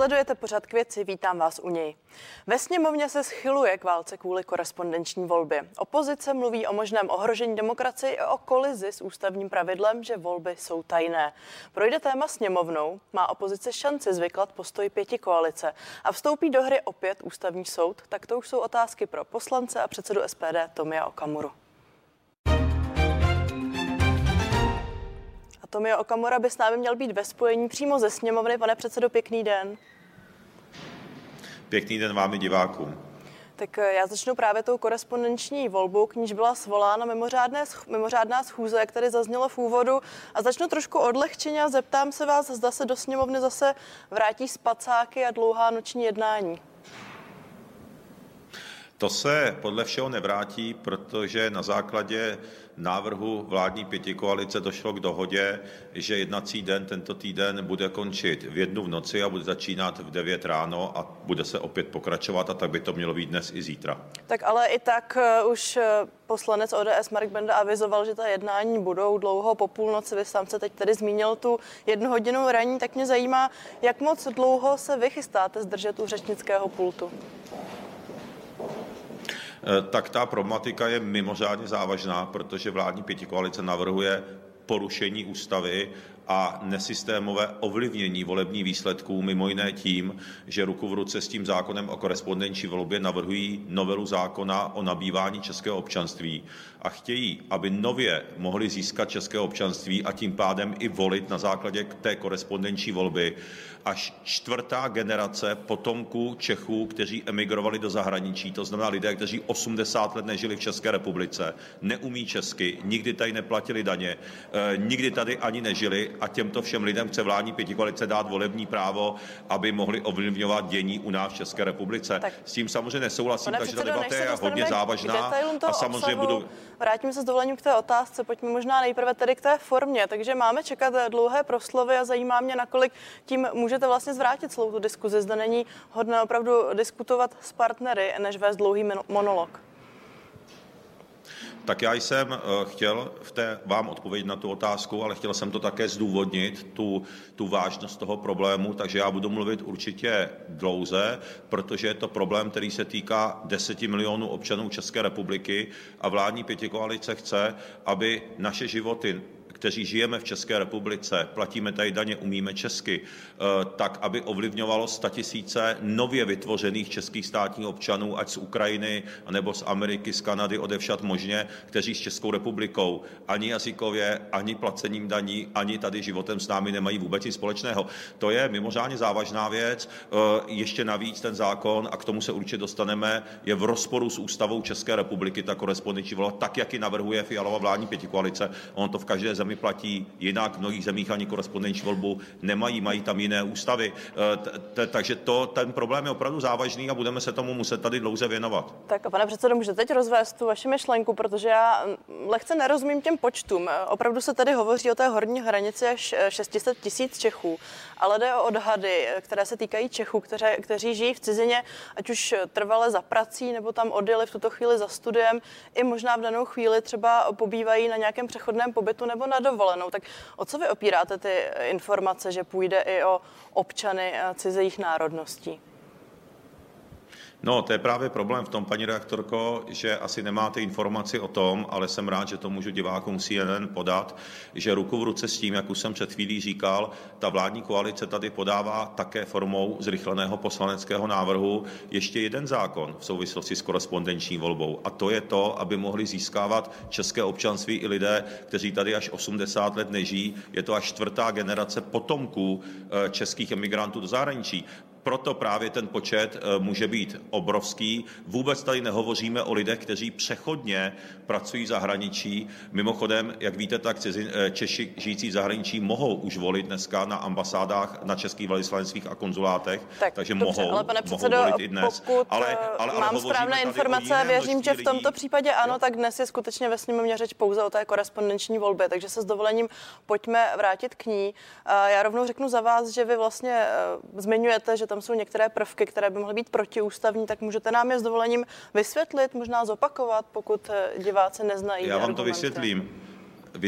Sledujete pořad K věci, vítám vás u něj. Ve sněmovně se schyluje k válce kvůli korespondenční volbě. Opozice mluví o možném ohrožení demokracie i o kolizi s ústavním pravidlem, že volby jsou tajné. Projde téma sněmovnou, má opozice šanci zvyklat postoj pětikoalice a vstoupí do hry opět ústavní soud, tak to už jsou otázky pro poslance a předsedu SPD Tomia Okamuru. Tomio Okamura by s námi měl být ve spojení přímo ze sněmovny. Pane předsedo, pěkný den. Pěkný den vám i divákům. Tak já začnu právě tou korespondenční volbou, k níž byla svolána mimořádná schůze, jak tady zaznělo v úvodu. A začnu trošku odlehčeně a zeptám se vás, zda se do sněmovny zase vrátí spacáky a dlouhá noční jednání. To se podle všeho nevrátí, protože na základě návrhu vládní pětikoalice došlo k dohodě, že jednací den tento týden bude končit v 1 v noci a bude začínat v 9 ráno a bude se opět pokračovat a tak by to mělo být dnes i zítra. Tak ale i tak už poslanec ODS Marek Benda avizoval, že ta jednání budou dlouho po půlnoci. Vy sám se teď tedy zmínil tu 1 hodinu ranní, tak mě zajímá, jak moc dlouho se vy chystáte zdržet u řečnického pultu. Tak ta problematika je mimořádně závažná, protože vládní pětikoalice navrhuje porušení ústavy a nesystémové ovlivnění volebních výsledků, mimo jiné tím, že ruku v ruce s tím zákonem o korespondenční volbě navrhují novelu zákona o nabývání českého občanství a chtějí, aby nově mohli získat české občanství a tím pádem i volit na základě té korespondenční volby až 4. generace potomků Čechů, kteří emigrovali do zahraničí, to znamená lidé, kteří 80 let nežili v České republice, neumí česky, nikdy tady neplatili daně, nikdy tady ani nežili a těmto všem lidem chce vládní pětikoalice dát volební právo, aby mohli ovlivňovat dění u nás v České republice. Tak, s tím samozřejmě nesouhlasím, takže ta debata je hodně závažná a samozřejmě Vrátíme se s dovolením k té otázce, pojďme možná nejprve tedy k té formě. Takže máme čekat dlouhé proslovy a zajímá mě, nakolik tím můžete vlastně zvrátit celou tu diskuzi. Zde není hodné opravdu diskutovat s partnery, než vést dlouhý monolog. Tak já jsem chtěl vám odpovědět na tu otázku, ale chtěl jsem to také zdůvodnit, tu vážnost toho problému, takže já budu mluvit určitě dlouze, protože je to problém, který se týká 10 milionů občanů České republiky a vládní pětikoalice chce, aby naše životy, kteří žijeme v České republice, platíme tady daně, umíme česky, tak aby ovlivňovalo 100 000 nově vytvořených českých státních občanů, ať z Ukrajiny, nebo z Ameriky, z Kanady, odevšad možně, kteří s Českou republikou ani jazykově, ani placením daní, ani tady životem s námi nemají vůbec nic společného. To je mimořádně závažná věc. Ještě navíc ten zákon, a k tomu se určitě dostaneme, je v rozporu s ústavou České republiky, ta korespondenční volba, tak, jak ji navrhuje Fialova vládní pětikoalice. On to v každé zemi platí jinak, v mnohých zemích ani korespondenční volbu nemají, mají tam jiné ústavy. Takže ten problém je opravdu závažný a budeme se tomu muset tady dlouze věnovat. Tak a pane předsedo, můžete teď rozvést tu vaši myšlenku, protože já lehce nerozumím těm počtům. Opravdu se tady hovoří o té horní hranici až 600 000 Čechů, ale jde o odhady, které se týkají Čechů, kteří žijí v cizině, ať už trvale za prací, nebo tam odjeli v tuto chvíli za studiem, i možná v danou chvíli třeba pobývají na nějakém přechodném pobytu nebo na dovolenou. Tak o co vy opíráte ty informace, že půjde i o občany cizích národností? No, to je právě problém v tom, paní redaktorko, že asi nemáte informaci o tom, ale jsem rád, že to můžu divákům CNN podat, že ruku v ruce s tím, jak už jsem před chvílí říkal, ta vládní koalice tady podává také formou zrychleného poslaneckého návrhu ještě jeden zákon v souvislosti s korespondenční volbou. A to je to, aby mohli získávat české občanství i lidé, kteří tady až 80 let nežijí. Je to až 4. generace potomků českých emigrantů do zahraničí. Proto právě ten počet může být obrovský. Vůbec tady nehovoříme o lidech, kteří přechodně pracují v zahraničí. Mimochodem, jak víte, tak Češi žijící v zahraničí mohou už volit dneska na ambasádách, na českých velvyslanstvích a konzulátech, takže dobře, mohou volit i dnes. Pokud mám správné informace, věřím, že v tomto případě ano, tak dnes je skutečně ve sněmovně řeč pouze o té korespondenční volbě, takže se s dovolením pojďme vrátit k ní. Já rovnou řeknu za vás, že vy vlastně zmiňujete, že tam jsou některé prvky, které by mohly být protiústavní, tak můžete nám je s dovolením vysvětlit, možná zopakovat, pokud diváci neznají. Já vám to vysvětlím.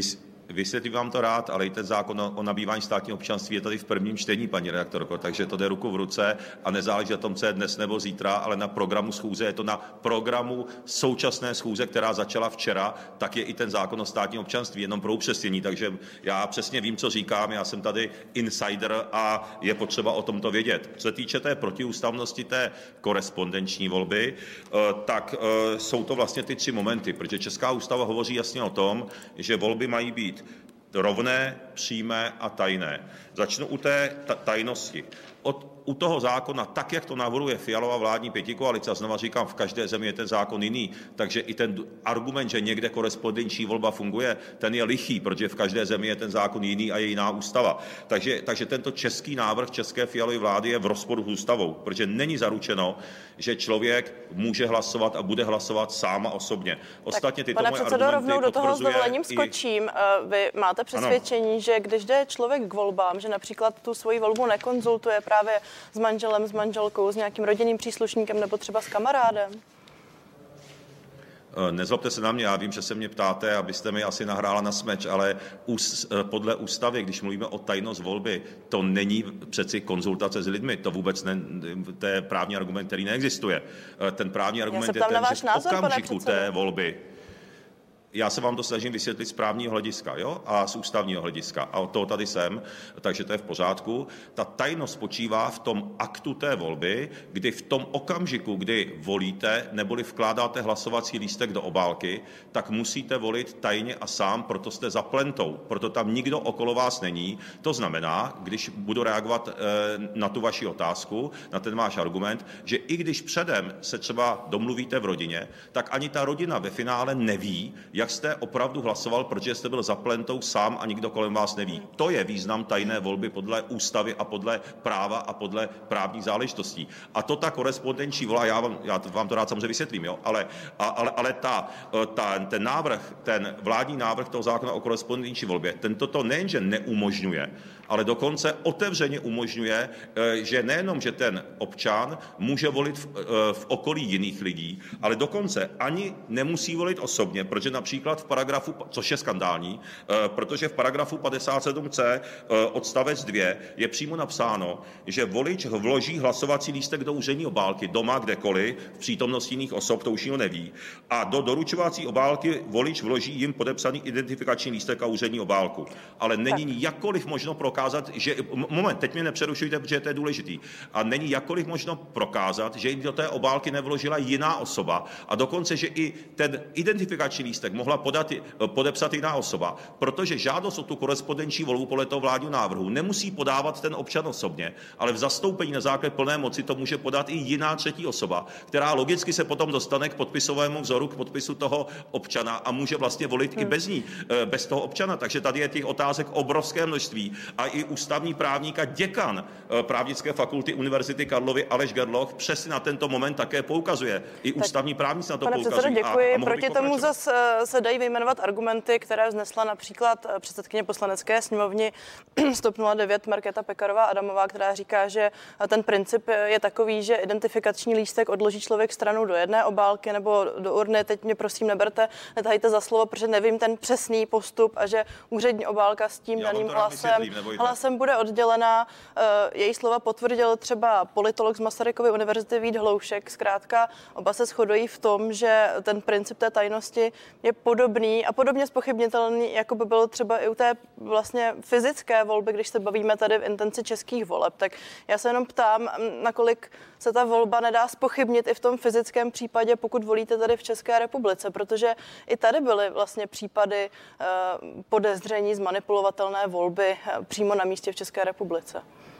Vysvětlím vám to rád, ale i ten zákon o nabývání státního občanství je tady v prvním čtení, paní redaktorko, takže to jde ruku v ruce a nezáleží na tom, co je dnes nebo zítra, ale na programu schůze. Je to na programu současné schůze, která začala včera, tak je i ten zákon o státním občanství, jenom pro upřesnění. Takže já přesně vím, co říkám, já jsem tady insider a je potřeba o tomto vědět. Co se týče té protiústavnosti té korespondenční volby, tak jsou to vlastně ty 3 momenty, protože Česká ústava hovoří jasně o tom, že volby mají být rovné, přímé a tajné. Začnu u té tajnosti. U toho zákona, tak jak to navrhuje Fialova vládní pětikoalice, a znova říkám, v každé zemi je ten zákon jiný, takže i ten argument, že někde korespondenční volba funguje, ten je lichý, protože v každé zemi je ten zákon jiný a je jiná ústava. Takže tento český návrh české Fialovy vlády je v rozporu s ústavou, protože není zaručeno, že člověk může hlasovat a bude hlasovat sám a osobně. Ostatně tyto pane moje předsedo, argumenty rovnou do toho s dovolením i... skočím. Vy máte přesvědčení, že když jde člověk k volbám, že například tu svoji volbu nekonzultuje právě s manželem, s manželkou, s nějakým rodinným příslušníkem nebo třeba s kamarádem? Nezlobte se na mě, já vím, že se mě ptáte, abyste mi asi nahrála na smeč, ale podle ústavy, když mluvíme o tajnost volby, to není přeci konzultace s lidmi, to vůbec to je právní argument, který neexistuje. Ten právní argument je ten, že v okamžiku té volby, já se vám to snažím vysvětlit z právního hlediska, jo? A z ústavního hlediska. A od toho tady jsem, takže to je v pořádku. Ta tajnost spočívá v tom aktu té volby, kdy v tom okamžiku, kdy volíte, neboli vkládáte hlasovací lístek do obálky, tak musíte volit tajně a sám, proto jste za plentou. Proto tam nikdo okolo vás není. To znamená, když budu reagovat na tu vaši otázku, na ten váš argument, že i když předem se třeba domluvíte v rodině, tak ani ta rodina ve finále neví, jak jste opravdu hlasoval, protože jste byl za plentou sám a nikdo kolem vás neví. To je význam tajné volby podle ústavy a podle práva a podle právních záležitostí. A to ta korespondenční volba, já vám to rád samozřejmě vysvětlím, jo? Ale ten vládní návrh toho zákona o korespondenční volbě, ten toto nejenže neumožňuje, ale dokonce otevřeně umožňuje, že nejenom, že ten občan může volit v okolí jiných lidí, ale dokonce ani nemusí volit osobně, protože například v paragrafu, což je skandální, protože v paragrafu 57c odstavec 2 je přímo napsáno, že volič vloží hlasovací lístek do úřední obálky doma, kdekoliv, v přítomnosti jiných osob, to už nikdo neví, a do doručovací obálky volič vloží jim podepsaný identifikační lístek a úřední obálku. Ale není jakkoliv možno prokázat, že... Moment, teď mě nepřerušujte, protože to je důležitý. A není jakkoliv možno prokázat, že do té obálky nevložila jiná osoba a dokonce, že i ten identifikační lístek mohla podepsat jiná osoba, protože žádost o tu korespondenční volbu podle toho vládního návrhu nemusí podávat ten občan osobně, ale v zastoupení na základě plné moci to může podat i jiná třetí osoba, která logicky se potom dostane k podpisovému vzoru, k podpisu toho občana a může vlastně volit i bez ní, bez toho občana. Takže tady je těch otázek obrovské množství. A i ústavní právník a děkan právnické fakulty Univerzity Karlovy Aleš Gerloch přesně na tento moment také poukazuje. I ústavní právníci na to poukazují. Pane předsedo, děkuji. Proti tomu zase se dají vyjmenovat argumenty, které vznesla například předsedkyně poslanecké sněmovny STOP 09 Markéta Pekarová Adamová, která říká, že ten princip je takový, že identifikační lístek odloží člověk stranou do jedné obálky nebo do urny. Teď mě prosím netahejte za slovo, protože nevím ten přesný postup a že úřední obálka s tím daným hlasem bude oddělená. Její slova potvrdil třeba politolog z Masarykovy univerzity Vít Hloušek. Zkrátka oba se shodují v tom, že ten princip té tajnosti je podobný a podobně zpochybnitelný, jako by byl třeba i u té vlastně fyzické volby, když se bavíme tady v intenci českých voleb. Tak já se jenom ptám, nakolik se ta volba nedá zpochybnit i v tom fyzickém případě, pokud volíte tady v České republice, protože i tady byly vlastně případy podezření z manipulovatelné volby přímo na místě v České republice.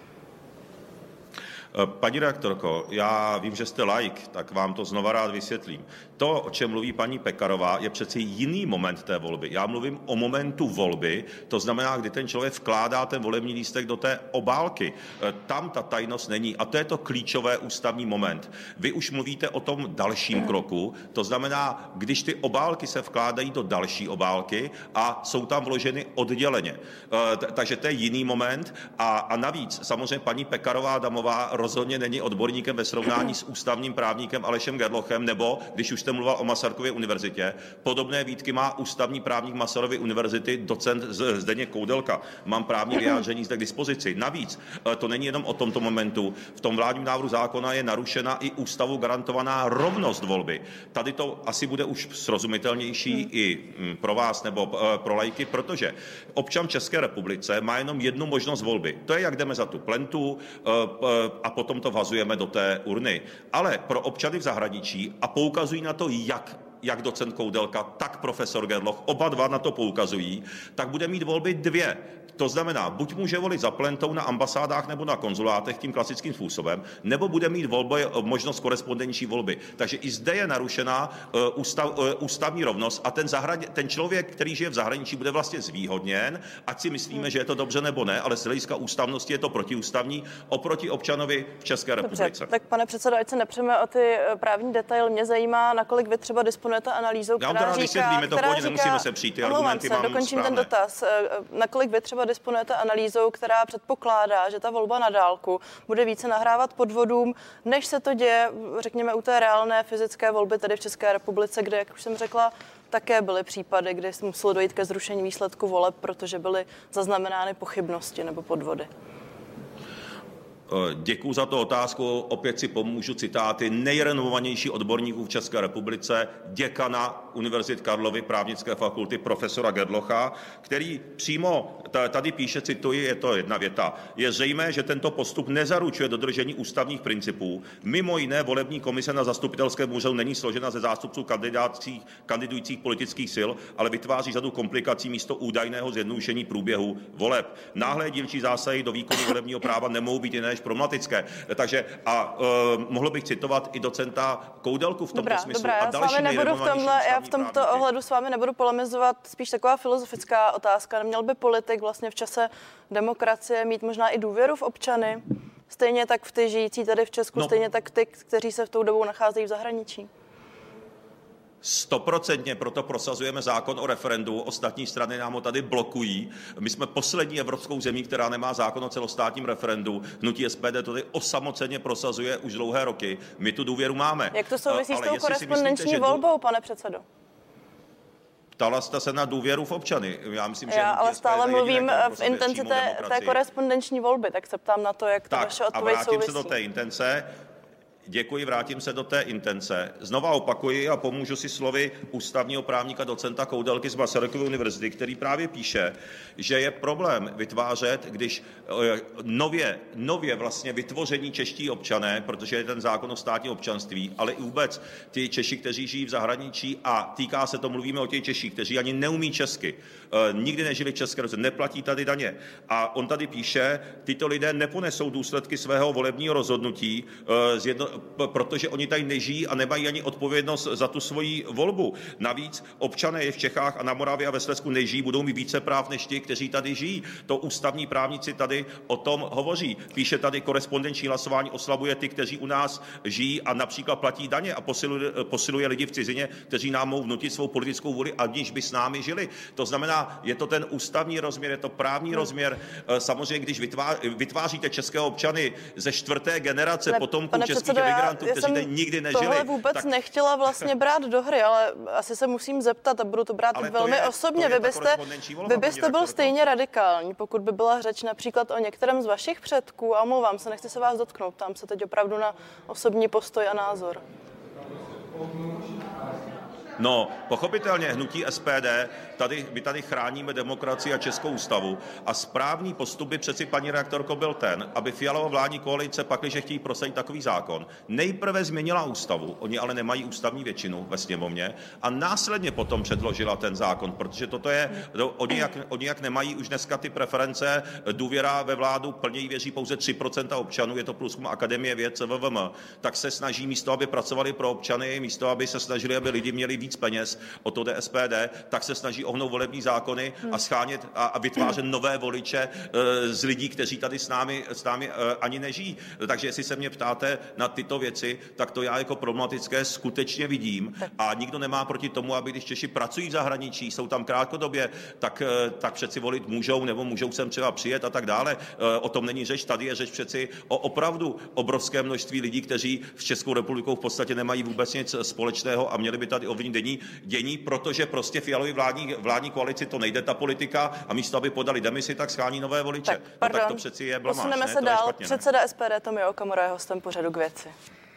Paní redaktorko, já vím, že jste laik, tak vám to znova rád vysvětlím. To, o čem mluví paní Pekarová, je přeci jiný moment té volby. Já mluvím o momentu volby, to znamená, kdy ten člověk vkládá ten volební lístek do té obálky. Tam ta tajnost není a to je to klíčové ústavní moment. Vy už mluvíte o tom dalším kroku, to znamená, když ty obálky se vkládají do další obálky a jsou tam vloženy odděleně. Takže to je jiný moment a navíc samozřejmě paní Pekarová Adamová rozhodně není odborníkem ve srovnání s ústavním právníkem Alešem Gerlochem, nebo, když už jste mluvil o Masarykově univerzitě, podobné výtky má ústavní právník Masarykovy univerzity, docent Zdeněk Koudelka. Mám právní vyjádření zde k dispozici. Navíc to není jenom o tomto momentu. V tom vládním návrhu zákona je narušena i ústavou garantovaná rovnost volby. Tady to asi bude už srozumitelnější i pro vás nebo pro laiky, protože občan v České republice má jenom jednu možnost volby. To je, jak jdeme za tu plentu a potom to vhazujeme do té urny. Ale pro občany v zahraničí, a poukazují na to, jak docent Koudelka, tak profesor Gerloch, oba dva na to poukazují, tak bude mít volby dvě. To znamená, buď může volit za plentou na ambasádách nebo na konzulátech tím klasickým způsobem, nebo bude mít možnost korespondenční volby. Takže i zde je narušená ústavní rovnost a ten člověk, který žije v zahraničí, bude vlastně zvýhodněn, ať si myslíme, že je to dobře nebo ne, ale z hlediska ústavnosti je to protiústavní oproti občanovi v České republice. Dobře, tak pane předsedo, ať se nepřeme o ty právní detaily, mě zajímá, nakolik vy třeba disponujete analýzou, nemusíme se přijít, ty argumenty mám dokončím správné. Ten dotaz. Nakolik vy třeba disponujete analýzou, která předpokládá, že ta volba na dálku bude více nahrávat podvodům, než se to děje, řekněme, u té reálné fyzické volby tady v České republice, kde, jak už jsem řekla, také byly případy, kdy muselo dojít ke zrušení výsledku voleb, protože byly zaznamenány pochybnosti nebo podvody. Děkuji za tu otázku. Opět si pomůžu citáty nejrenomovanější odborníků v České republice, děkana Univerzity Karlovy právnické fakulty profesora Gerlocha, který přímo tady píše, cituji, je to jedna věta. Je zřejmé, že tento postup nezaručuje dodržení ústavních principů. Mimo jiné volební komise na zastupitelském úřadu není složena ze zástupců kandidujících politických sil, ale vytváří řadu komplikací místo údajného zjednodušení průběhu voleb. Náhlé dílčí zásahy do výkonu volebního práva nemohou být jiné než problematické. Takže mohl bych citovat i docenta Koudelku v tomto smyslu. Dobrá, já v tomto ohledu s vámi nebudu polemizovat, spíš taková filozofická otázka. Neměl by politik vlastně v čase demokracie mít možná i důvěru v občany? Stejně tak v ty žijící tady v Česku, stejně tak ty, kteří se v tou dobou nacházejí v zahraničí. 100% proto prosazujeme zákon o referendu, ostatní strany nám ho tady blokují. My jsme poslední evropskou zemí, která nemá zákon o celostátním referendu. Hnutí SPD to tady osamoceně prosazuje už dlouhé roky. My tu důvěru máme. Jak to souvisí s tou korespondenční volbou, pane předsedo? Ptala jste se na důvěru v občany. Já myslím, že ale stále mluvím v intenzitě té korespondenční volby, tak se ptám na to, jak to vaše odpověď souvisí. A vrátím se do té intence. Děkuji, vrátím se do té intence. Znova opakuji a pomůžu si slovy ústavního právníka docenta Koudelky z Masarykovy univerzity, který právě píše, že je problém vytvářet, když nově vlastně vytvoření čeští občané, protože je ten zákon o státním občanství, ale i vůbec ty Češi, kteří žijí v zahraničí a týká se to, mluvíme o těch Češích, kteří ani neumí česky, nikdy nežili v České republice, neplatí tady daně. A on tady píše, tyto lidé neponesou důsledky svého volebního rozhodnutí, protože oni tady nežijí a nemají ani odpovědnost za tu svoji volbu. Navíc občané v Čechách a na Moravě a ve Slezsku nežijí, budou mít více práv než ti, kteří tady žijí. To ústavní právníci tady o tom hovoří. Píše tady, korespondenční hlasování oslabuje ty, kteří u nás žijí a například platí daně a posiluje lidi v cizině, kteří nám mohou vnutit svou politickou vůli, aniž by s námi žili. To znamená, je to ten ústavní rozměr, je to právní rozměr. Samozřejmě, když vytváříte české občany ze čtvrté generace potomků českých emigrantů, kteří tady nikdy nežili. Tohle vůbec nechtěla vlastně brát do hry, ale asi se musím zeptat a budu to brát velmi osobně. Vy byste byl stejně radikální, pokud by byla řeč například o některém z vašich předků, a omlouvám se, nechci se vás dotknout, tam se teď opravdu na osobní postoj a názor. No, pochopitelně hnutí SPD, my tady chráníme demokracii a českou ústavu a správný postup by přeci, paní redaktorko, byl ten, aby Fialova vládní koalice, pakliže chtějí prosadit takový zákon, nejprve změnila ústavu, oni ale nemají ústavní většinu ve sněmovně, a následně potom předložila ten zákon, protože toto je, oni jak nemají už dneska ty preference, důvěra ve vládu, plně jí věří pouze 3% občanů, je to průzkum Akademie věd CVVM, tak se snaží místo, aby pracovali pro občany, místo, aby se snažili, aby lidi měli víc peněz, o to jde SPD, tak se snaží ohnout volební zákony a schánět a vytvářet nové voliče z lidí, kteří tady s námi ani nežijí. Takže jestli se mě ptáte na tyto věci, tak to já jako problematické skutečně vidím a nikdo nemá proti tomu, aby když Češi pracují v zahraničí, jsou tam krátkodobě, tak přeci volit můžou nebo můžou sem třeba přijet a tak dále. O tom není řeč, tady je řeč přeci o opravdu obrovské množství lidí, kteří s Českou republikou v podstatě nemají vůbec nic společného a měli by tady ovlivnit dění, protože prostě Fialovy vládní koalici to nejde ta politika a místo, aby podali demisi, tak schání nové voliče. Tak to přeci je blamáž. Posuneme se dál. Předseda SPD Tomio Okamura je hostem pořadu K věci.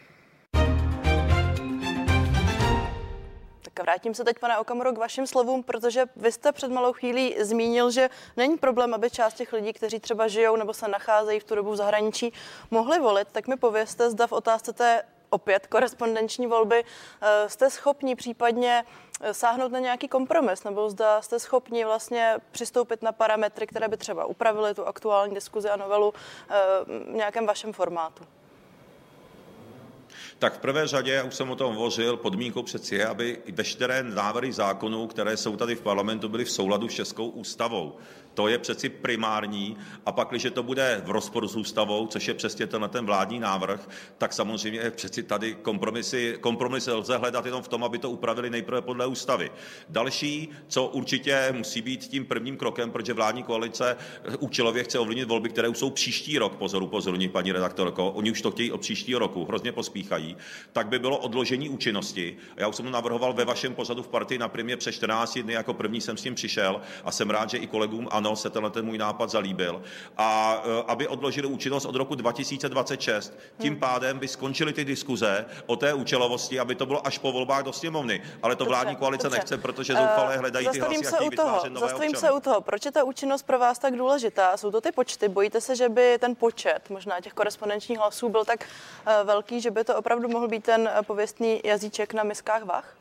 Tak vrátím se teď, pane Okamuro, k vašim slovům, protože vy jste před malou chvílí zmínil, že není problém, aby část těch lidí, kteří třeba žijou nebo se nacházejí v tu dobu v zahraničí, mohli volit. Tak mi povězte, zda v otázce té opět korespondenční volby jste schopni případně sáhnout na nějaký kompromis, nebo zda jste schopni vlastně přistoupit na parametry, které by třeba upravily tu aktuální diskuzi a novelu v nějakém vašem formátu. Tak v prvé řadě, já už jsem o tom hovořil, podmínkou přeci je, aby veškeré návrhy zákonů, které jsou tady v parlamentu, byly v souladu s českou ústavou. To je přeci primární a pak, když to bude v rozporu s ústavou, což je přesně ten vládní návrh, tak samozřejmě přeci tady kompromisy lze hledat jenom v tom, aby to upravili nejprve podle ústavy. Další, co určitě musí být tím prvním krokem, protože vládní koalice účelově chce ovlivnit volby, které už jsou příští rok, pozorní paní redaktorko, oni už to chtějí od příštího roku, hrozně pospíchají, tak by bylo odložení účinnosti. Já už jsem to navrhoval ve vašem pořadu v Partii na Primě před 14 dny, jako první jsem s tím přišel a jsem rád, že i kolegům ANO se ten můj nápad zalíbil. A aby odložili účinnost od roku 2026. Tím pádem by skončily ty diskuze o té účelovosti, aby to bylo až po volbách do sněmovny. Ale to vládní koalice nechce, protože zoufale hledají ty hlasy, jak jí vytvářet nové občany. Zastavím se u toho. Proč je ta účinnost pro vás tak důležitá? Jsou to ty počty? Bojíte se, že by ten počet možná těch korespondenčních hlasů byl tak velký, že by to opravdu mohl být ten pověstný jazyček na miskách vah?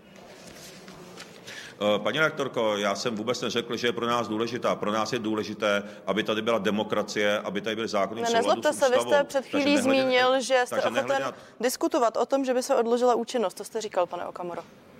Paní redaktorko, já jsem vůbec neřekl, že je pro nás důležitá. Pro nás je důležité, aby tady byla demokracie, aby tady byly zákony v souladu s ústavou. Nezlobte se, vy jste před chvílí zmínil, že jste ochoten diskutovat o tom, že by se odložila účinnost. To jste říkal, pane Okamuro.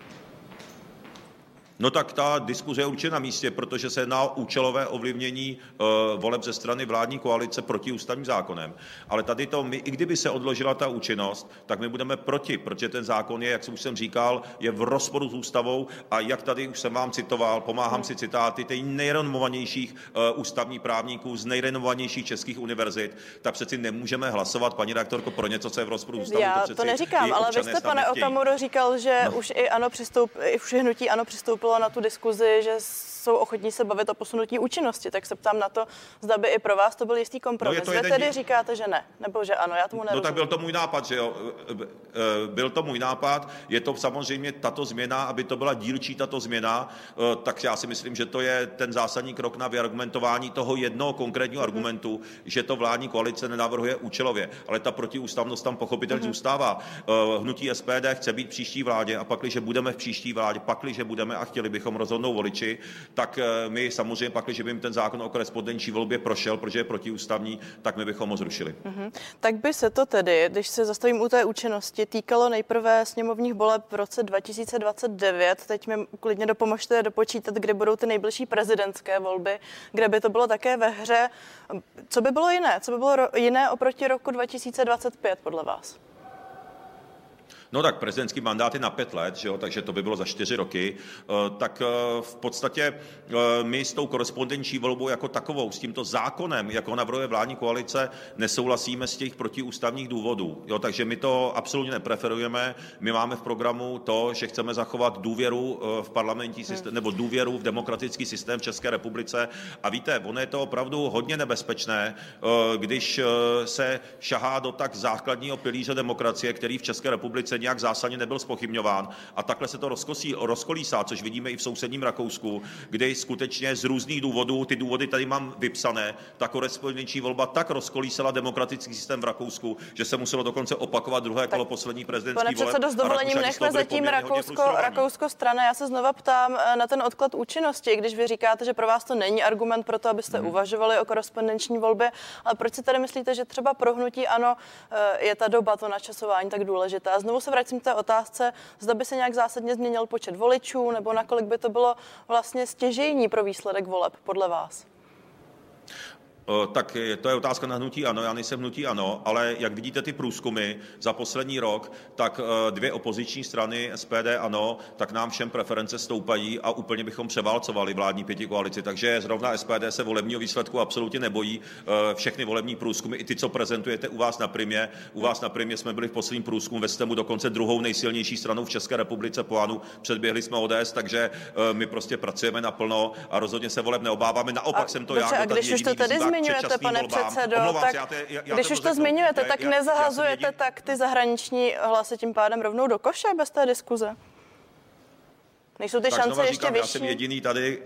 No tak ta diskuze je určitě na místě, protože se jedná o účelové ovlivnění voleb ze strany vládní koalice proti ústavním zákonem. Ale tady to, i kdyby se odložila ta účinnost, tak my budeme proti, protože ten zákon je, jak už jsem říkal, je v rozporu s ústavou a jak tady už jsem vám citoval, pomáhám si citáty těch nejrenomovanějších ústavních právníků z nejrenomovanějších českých univerzit, tak přeci nemůžeme hlasovat, paní redaktorko, pro něco, co je v rozporu s ústavou. Já to neříkám, ale vy jste, pane Okamuro, říkal, že už i hnutí ANO přistoupilo na tu diskuzi, že jsou ochotní se bavit o posunutí účinnosti, tak se ptám na to, zda by i pro vás to byl jistý kompromis. Vy tedy říkáte, že ne, nebo že ano, já tomu nerozumím. No tak byl to můj nápad, že jo? Byl to můj nápad, je to samozřejmě tato změna, aby to byla dílčí tato změna, tak já si myslím, že to je ten zásadní krok na vyargumentování toho jednoho konkrétního argumentu, že to vládní koalice nenavrhuje účelově, ale ta protiústavnost tam pochopitelně zůstává. Hnutí SPD chce být v příští vládě a pakliže budeme v příští vládě, pakliže budeme a chtěli bychom rozhodnout voliči, tak my samozřejmě pakliže by jim ten zákon o korespondenční volbě prošel, protože je protiústavní, tak my bychom ho zrušili. Tak by se to tedy, když se zastavím u té účinnosti, týkalo nejprve sněmovních voleb v roce 2029. Teď mi klidně dopomožte dopočítat, kde budou ty nejbližší prezidentské volby, kde by to bylo také ve hře. Co by bylo jiné? Co by bylo jiné oproti roku 2025 podle vás? No tak prezidentský mandát je na 5 let, že jo, takže to by bylo za 4 roky. Tak v podstatě my s tou korespondenční volbou jako takovou, s tímto zákonem, jako navrhuje vládní koalice, nesouhlasíme z těch protiústavních důvodů. Jo, takže my to absolutně nepreferujeme. My máme v programu to, že chceme zachovat důvěru v parlamentní systém, nebo důvěru v demokratický systém v České republice. A víte, ono je to opravdu hodně nebezpečné, když se šahá do tak základního pilíře demokracie, který v České republice nějak zásadně nebyl zpochybňován a takhle se to rozkolísá, což vidíme i v sousedním Rakousku, kde skutečně z různých důvodů, ty důvody tady mám vypsané, ta korespondenční volba tak rozkolísala demokratický systém v Rakousku, že se muselo dokonce opakovat druhé kolo poslední prezidentský voleb. Pane předsedo, s dovolením nechme zatím Rakousko strana. Já se znova ptám na ten odklad účinnosti, když vy říkáte, že pro vás to není argument pro to, abyste uvažovali o korespondenční volbě, ale proč si tady myslíte, že třeba pro hnutí ANO je ta doba, to načasování tak důležitá? Znovu se vracím k té otázce, zda by se nějak zásadně změnil počet voličů, nebo nakolik by to bylo vlastně stěžejní pro výsledek voleb podle vás? Tak to je otázka na hnutí ANO, já nejsem hnutí ANO, ale jak vidíte ty průzkumy za poslední rok, tak dvě opoziční strany, SPD, ANO, tak nám všem preference stoupají a úplně bychom převálcovali vládní pětikoalici, takže zrovna SPD se volebního výsledku absolutně nebojí. Všechny volební průzkumy, i ty, co prezentujete u vás na Primě jsme byli v posledním průzkumu ve STEMu dokonce druhou nejsilnější stranou v České republice po ANO, předběhli jsme ODS, takže my prostě pracujeme naplno a rozhodně se voleb neobáváme, naopak jsem to já, kdo tady jediný zmiňujete, pane předsedo, tak když už to zmiňujete, tak nezahazujete tak ty zahraniční hlasy tím pádem rovnou do koše bez té diskuze? Nejsou ty šance ještě vyšší?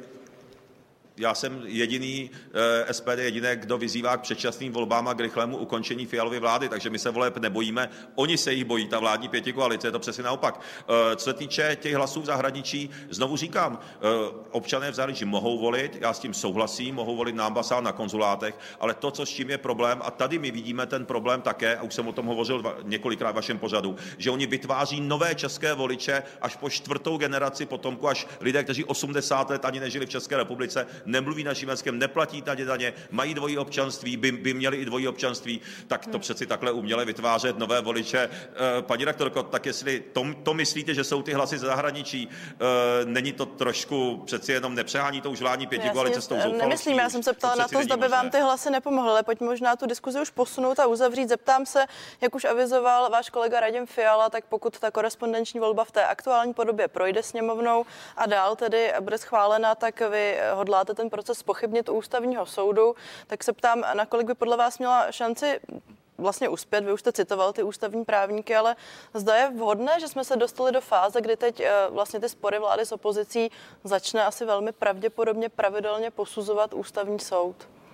Já jsem jediný, SPD jediné, kdo vyzývá k předčasným volbám a k rychlému ukončení Fialovy vlády, takže my se voleb nebojíme, oni se jich bojí, ta vládní pětikoalice, je to přesně naopak. Co se týče těch hlasů v zahraničí, znovu říkám, občané v zahraničí mohou volit, já s tím souhlasím, mohou volit na ambasádách, na konzulátech, ale to, co s tím je problém, a tady my vidíme ten problém také, a už jsem o tom hovořil několikrát v vašem pořadu, že oni vytváří nové české voliče až po čtvrtou generaci potomku, až lidé, kteří 80 let ani nežili v České republice, nemluví naším jazykem, neplatí tady daně, mají dvojí občanství, by měli i dvojí občanství, tak to přeci takhle uměle vytvářet nové voliče. Paní redaktorko, tak jestli to myslíte, že jsou ty hlasy ze zahraničí, není to trošku přeci jenom nepřehání to už vládní pětikoalice s tou zoufalostí? Nemyslím, já jsem se ptala na to, zda by vám ty hlasy nepomohly, ale pojďme možná tu diskuzi už posunout a uzavřít. Zeptám se, jak už avizoval váš kolega Radim Fiala, tak pokud ta korespondenční volba v té aktuální podobě projde sněmovnou a dál tedy bude schválena, tak vy hodláte ten proces zpochybnit u ústavního soudu, tak se ptám, nakolik by podle vás měla šanci vlastně uspět. Vy už jste citoval ty ústavní právníky, ale zda je vhodné, že jsme se dostali do fáze, kdy teď vlastně ty spory vlády s opozicí začne asi velmi pravděpodobně pravidelně posuzovat ústavní soud.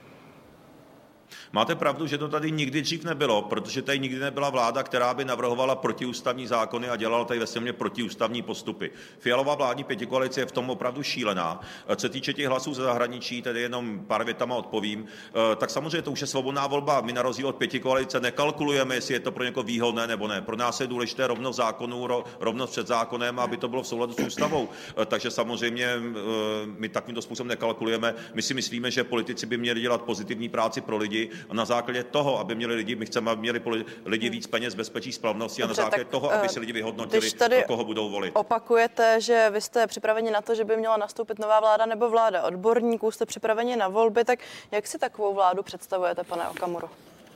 Máte pravdu, že to tady nikdy dřív nebylo, protože tady nikdy nebyla vláda, která by navrhovala protiústavní zákony a dělala tady ve sněmovně protiústavní postupy. Fialová vládní pětikoalice je v tom opravdu šílená. Co se týče těch hlasů ze zahraničí, tedy jenom pár větama odpovím, tak samozřejmě to už je svobodná volba. My na rozdíl od pětikoalice nekalkulujeme, jestli je to pro někoho výhodné nebo ne. Pro nás je důležité rovnost zákonů, rovnost před zákonem, aby to bylo v souladu s ústavou. Takže samozřejmě my takovýmto způsobem nekalkulujeme. My si myslíme, že politici by měli dělat pozitivní práci pro lidi a na základě toho, aby měli lidi, my chceme, aby měli lidi víc peněz, bezpečí, splavnosti a na základě toho, aby si lidi vyhodnotili, koho budou volit. Opakujete, že vy jste připraveni na to, že by měla nastoupit nová vláda nebo vláda odborníků, jste připraveni na volby, tak jak si takovou vládu představujete, pane Okamuro?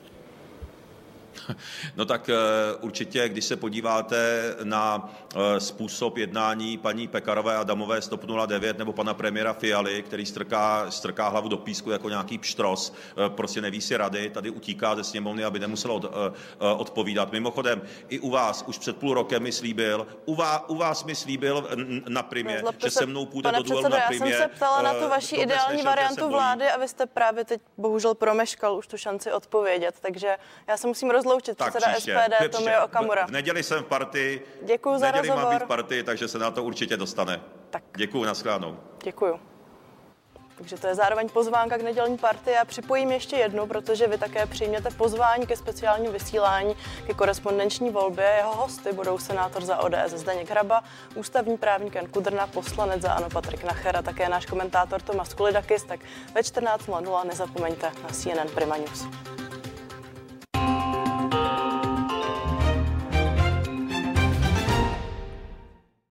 No tak určitě, když se podíváte na způsob jednání paní Pekarové Adamové z TOP 09 nebo pana premiéra Fialy, který strká hlavu do písku jako nějaký pštros, prostě neví si rady, tady utíká ze sněmovny, aby nemusel odpovídat. Mimochodem, i u vás už před půl rokem mi slíbil, u vás mi slíbil na Primě, že se mnou půjde do duelu na Primě. Já jsem se ptala na tu vaši ideální variantu vlády a vy jste právě teď bohužel promeškal už tu šanci odpovědět, takže já se musím rozloučit. Předseda SPD Tomio Okamura. V neděli jsem v partii. Děkuji za rozhovor. Mám být v partii, takže se na to určitě dostane. Tak. Děkuji, nashledanou. Děkuji. Takže to je zároveň pozvánka k nedělní partii a připojím ještě jednu, protože vy také přijměte pozvání ke speciálnímu vysílání ke korespondenční volbě. Jeho hosty budou senátor za ODS Zdeněk Hraba, ústavní právník Jan Kudrna, poslanec za ANO Patrik Nacher a také náš komentátor Tomáš Kulidakis. Tak ve 14:00 nezapomeňte na CNN Prima News.